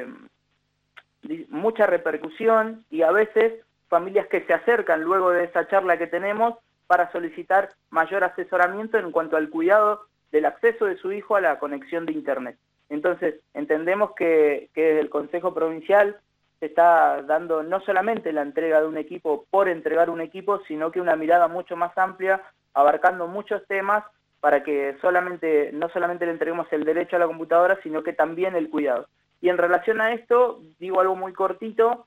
mucha repercusión, y a veces familias que se acercan luego de esa charla que tenemos para solicitar mayor asesoramiento en cuanto al cuidado del acceso de su hijo a la conexión de Internet. Entonces, entendemos que desde el Consejo Provincial se está dando no solamente la entrega de un equipo por entregar un equipo, sino que una mirada mucho más amplia, abarcando muchos temas, para que no solamente le entreguemos el derecho a la computadora, sino que también el cuidado. Y en relación a esto, digo algo muy cortito,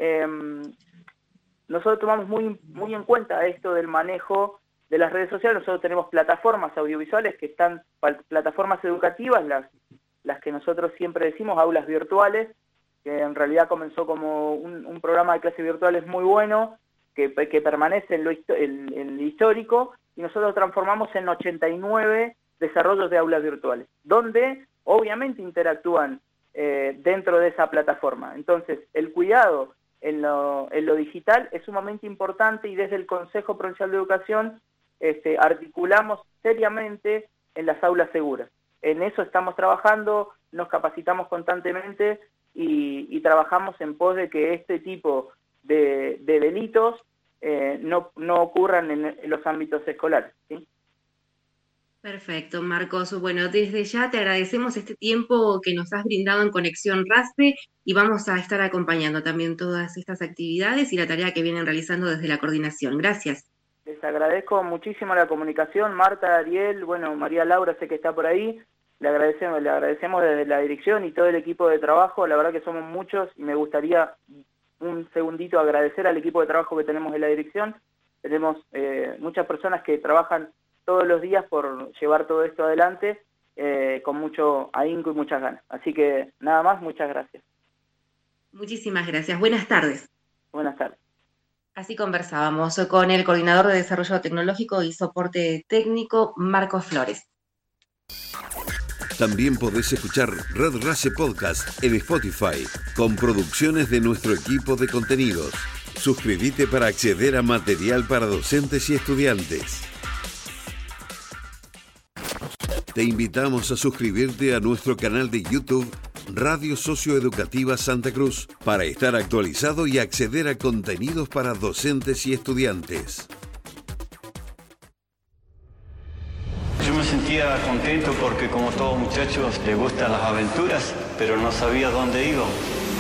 nosotros tomamos muy en cuenta esto del manejo de las redes sociales. Nosotros tenemos plataformas audiovisuales que están, plataformas educativas, las que nosotros siempre decimos, aulas virtuales, que en realidad comenzó como un programa de clases virtuales muy bueno, que permanece en el histórico, y nosotros transformamos en 89 desarrollos de aulas virtuales, donde obviamente interactúan dentro de esa plataforma. Entonces, el cuidado en lo digital es sumamente importante, y desde el Consejo Provincial de Educación articulamos seriamente en las aulas seguras. En eso estamos trabajando, nos capacitamos constantemente y trabajamos en pos de que este tipo de delitos no ocurran en los ámbitos escolares, ¿sí? Perfecto, Marcos. Bueno, desde ya te agradecemos este tiempo que nos has brindado en Conexión RACE, y vamos a estar acompañando también todas estas actividades y la tarea que vienen realizando desde la coordinación. Gracias. Les agradezco muchísimo la comunicación, Marta, Ariel, bueno, María Laura sé que está por ahí. Le agradecemos desde la dirección y todo el equipo de trabajo. La verdad que somos muchos, y me gustaría un segundito agradecer al equipo de trabajo que tenemos en la dirección. Tenemos muchas personas que trabajan todos los días por llevar todo esto adelante, con mucho ahínco y muchas ganas. Así que nada más, muchas gracias. Muchísimas gracias. Buenas tardes. Buenas tardes. Así conversábamos con el coordinador de Desarrollo Tecnológico y Soporte Técnico, Marcos Flores. También podés escuchar Red RACE Podcast en Spotify, con producciones de nuestro equipo de contenidos. Suscríbete para acceder a material para docentes y estudiantes. Te invitamos a suscribirte a nuestro canal de YouTube Radio Socioeducativa Santa Cruz para estar actualizado y acceder a contenidos para docentes y estudiantes. Yo me sentía contento porque, como todos muchachos, les gustan las aventuras, pero no sabía dónde iban.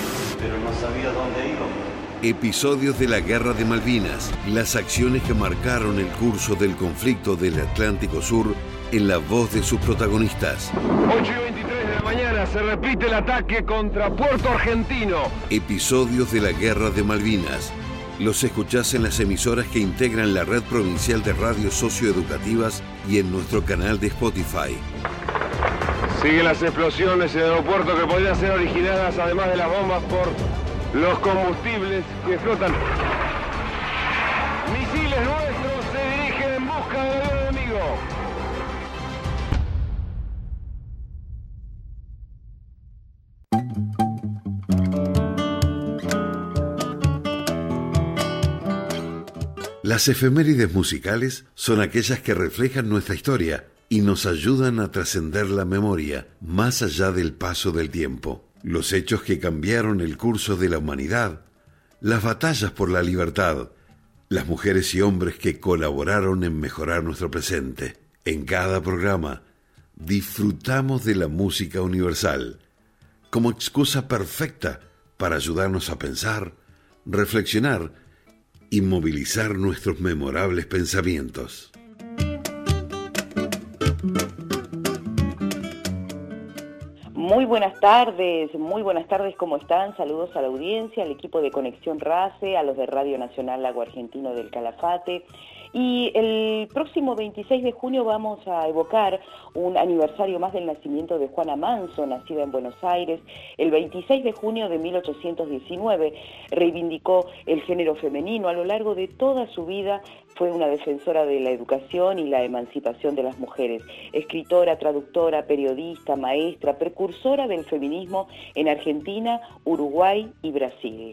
Episodios de la Guerra de Malvinas, las acciones que marcaron el curso del conflicto del Atlántico Sur en la voz de sus protagonistas. 8:23 de la mañana se repite el ataque contra Puerto Argentino. Episodios de la Guerra de Malvinas. Los escuchás en las emisoras que integran la Red Provincial de Radios Socioeducativas y en nuestro canal de Spotify. Siguen las explosiones en el aeropuerto, que podrían ser originadas, además de las bombas, por los combustibles que flotan. Las efemérides musicales son aquellas que reflejan nuestra historia y nos ayudan a trascender la memoria más allá del paso del tiempo. Los hechos que cambiaron el curso de la humanidad, las batallas por la libertad, las mujeres y hombres que colaboraron en mejorar nuestro presente. En cada programa disfrutamos de la música universal como excusa perfecta para ayudarnos a pensar, reflexionar y movilizar nuestros memorables pensamientos. Muy buenas tardes, ¿cómo están? Saludos a la audiencia, al equipo de Conexión RACE, a los de Radio Nacional Lago Argentino del Calafate. Y el próximo 26 de junio vamos a evocar un aniversario más del nacimiento de Juana Manso, nacida en Buenos Aires. El 26 de junio de 1819 reivindicó el género femenino. A lo largo de toda su vida fue una defensora de la educación y la emancipación de las mujeres. Escritora, traductora, periodista, maestra, precursora del feminismo en Argentina, Uruguay y Brasil.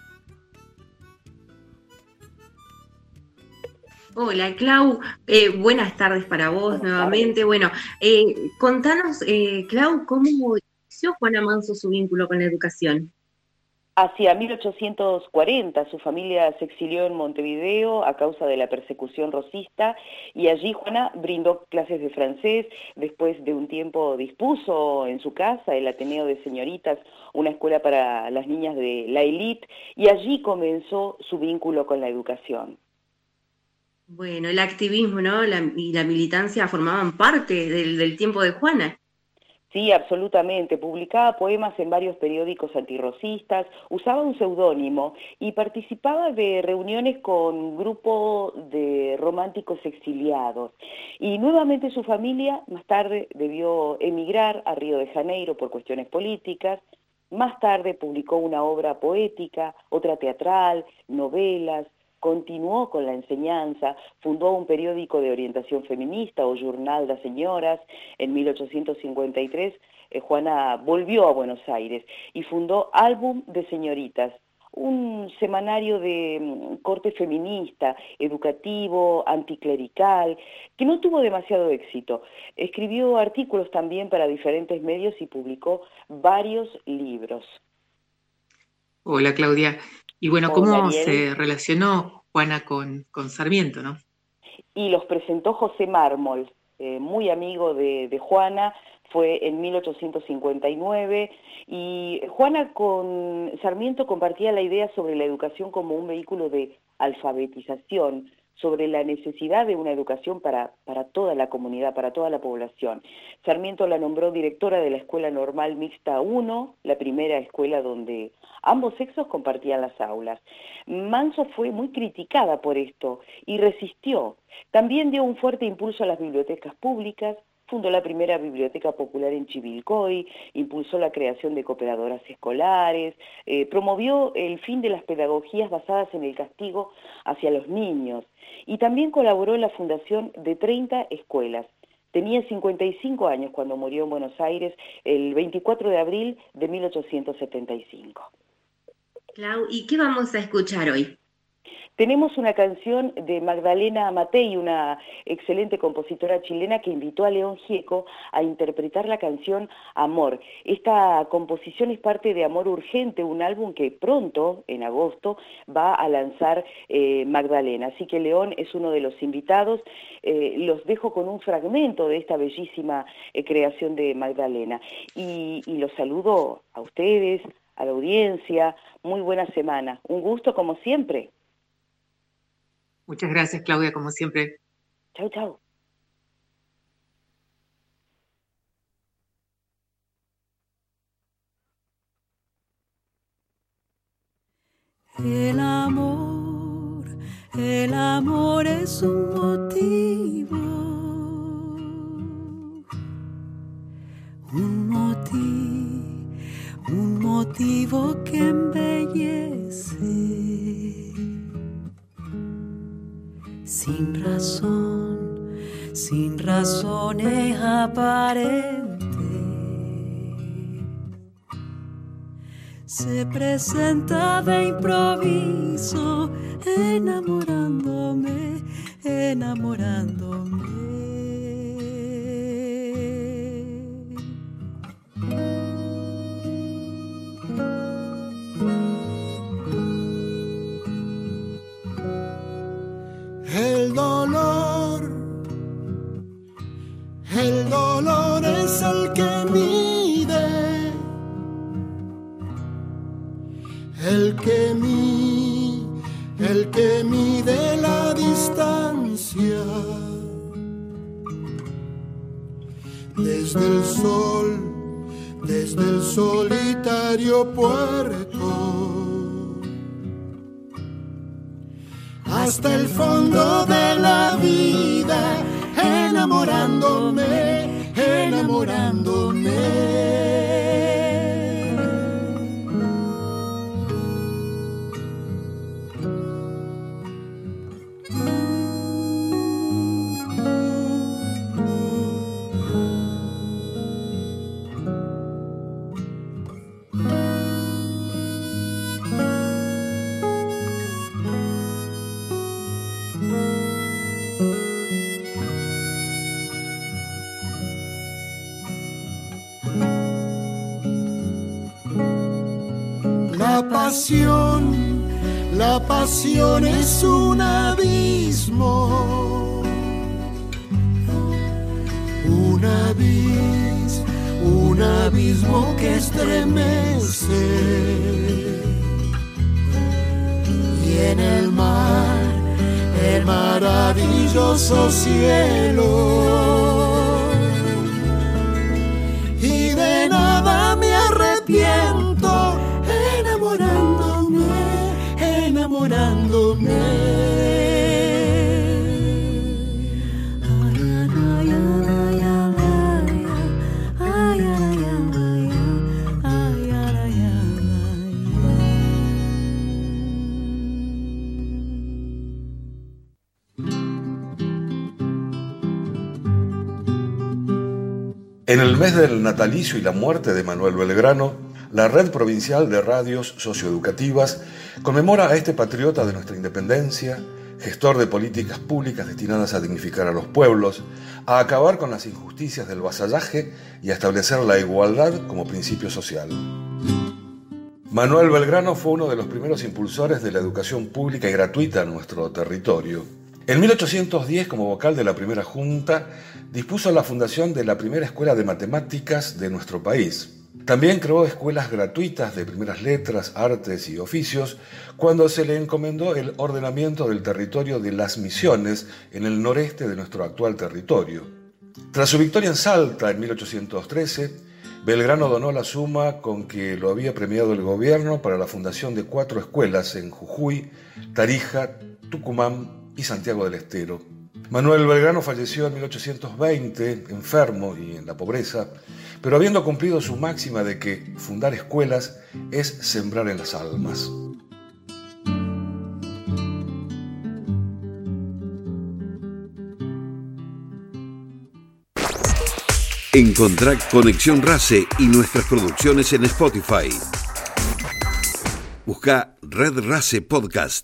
Hola, Clau. Buenas tardes para vos nuevamente. Bueno, contanos, Clau, ¿cómo inició Juana Manso su vínculo con la educación? Hacia 1840 su familia se exilió en Montevideo a causa de la persecución rosista y allí Juana brindó clases de francés. Después de un tiempo dispuso en su casa el Ateneo de Señoritas, una escuela para las niñas de la élite, y allí comenzó su vínculo con la educación. Bueno, el activismo, ¿no? Y la militancia formaban parte del tiempo de Juana. Sí, absolutamente. Publicaba poemas en varios periódicos antirrocistas, usaba un seudónimo y participaba de reuniones con grupo de románticos exiliados. Y nuevamente su familia más tarde debió emigrar a Río de Janeiro por cuestiones políticas. Más tarde publicó una obra poética, otra teatral, novelas. Continuó con la enseñanza, fundó un periódico de orientación feminista o Jornal das Señoras. En 1853 Juana volvió a Buenos Aires y fundó Álbum de Señoritas, un semanario de corte feminista, educativo, anticlerical, que no tuvo demasiado éxito. Escribió artículos también para diferentes medios y publicó varios libros. Hola, Claudia. Y bueno, ¿cómo se relacionó Juana con Sarmiento, no? Y los presentó José Mármol, muy amigo de Juana, fue en 1859, y Juana con Sarmiento compartía la idea sobre la educación como un vehículo de alfabetización, sobre la necesidad de una educación para toda la comunidad, para toda la población. Sarmiento la nombró directora de la Escuela Normal Mixta 1, la primera escuela donde ambos sexos compartían las aulas. Manso fue muy criticada por esto y resistió. También dio un fuerte impulso a las bibliotecas públicas, fundó la primera biblioteca popular en Chivilcoy, impulsó la creación de cooperadoras escolares, promovió el fin de las pedagogías basadas en el castigo hacia los niños y también colaboró en la fundación de 30 escuelas. Tenía 55 años cuando murió en Buenos Aires el 24 de abril de 1875. Clau, ¿y qué vamos a escuchar hoy? Tenemos una canción de Magdalena Matei, una excelente compositora chilena que invitó a León Gieco a interpretar la canción Amor. Esta composición es parte de Amor Urgente, un álbum que pronto, en agosto, va a lanzar Magdalena. Así que León es uno de los invitados. Los dejo con un fragmento de esta bellísima creación de Magdalena. Y los saludo a ustedes, a la audiencia. Muy buena semana. Un gusto como siempre. Muchas gracias, Claudia, como siempre. Chau, chau. El amor es un motivo que embellece. Sin razones aparentes, se presenta de improviso, enamorándome, enamorándome. El dolor es el que mide, el que mide la distancia. Desde el solitario puerto hasta el fondo de la vida, enamorándome, enamorándome. La pasión es un abismo, un abismo que estremece. Y en el maravilloso cielo, y de nada me arrepiento, enamorándome, enamorándome. En el mes del natalicio y la muerte de Manuel Belgrano, la Red Provincial de Radios Socioeducativas conmemora a este patriota de nuestra independencia, gestor de políticas públicas destinadas a dignificar a los pueblos, a acabar con las injusticias del vasallaje y a establecer la igualdad como principio social. Manuel Belgrano fue uno de los primeros impulsores de la educación pública y gratuita en nuestro territorio. En 1810, como vocal de la primera junta, dispuso la fundación de la primera escuela de matemáticas de nuestro país. También creó escuelas gratuitas de primeras letras, artes y oficios cuando se le encomendó el ordenamiento del territorio de Las Misiones en el noreste de nuestro actual territorio. Tras su victoria en Salta en 1813, Belgrano donó la suma con que lo había premiado el gobierno para la fundación de 4 escuelas en Jujuy, Tarija, Tucumán y Santiago del Estero. Manuel Belgrano falleció en 1820, enfermo y en la pobreza, pero habiendo cumplido su máxima de que fundar escuelas es sembrar en las almas. Encontrá Conexión RACE y nuestras producciones en Spotify. Busca Red RACE Podcast.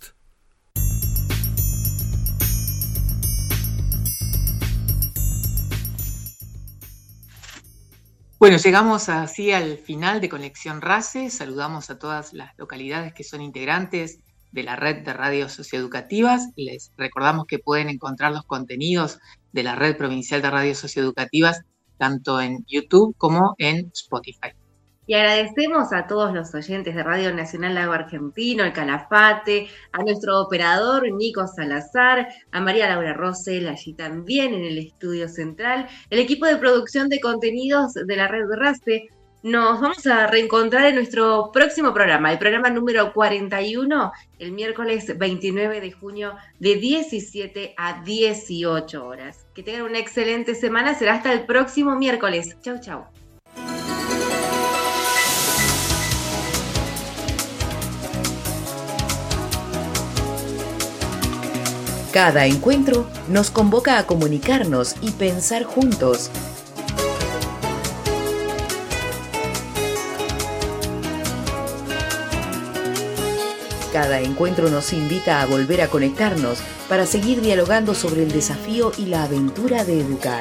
Bueno, llegamos así al final de Conexión RACE. Saludamos a todas las localidades que son integrantes de la red de radios socioeducativas. Les recordamos que pueden encontrar los contenidos de la red provincial de radios socioeducativas tanto en YouTube como en Spotify. Y agradecemos a todos los oyentes de Radio Nacional Lago Argentino, el Calafate, a nuestro operador Nico Salazar, a María Laura Rosel, allí también en el estudio central, el equipo de producción de contenidos de la red de RACE. Nos vamos a reencontrar en nuestro próximo programa, el programa número 41, el miércoles 29 de junio de 17 a 18 horas. Que tengan una excelente semana, será hasta el próximo miércoles. Chau, chau. Cada encuentro nos convoca a comunicarnos y pensar juntos. Cada encuentro nos invita a volver a conectarnos para seguir dialogando sobre el desafío y la aventura de educar.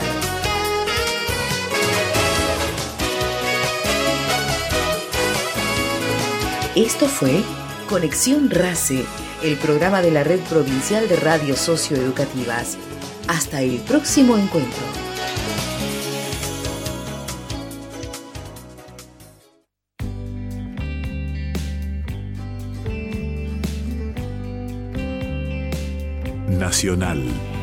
Esto fue Conexión RACE, el programa de la Red Provincial de Radios Socioeducativas. Hasta el próximo encuentro. Nacional.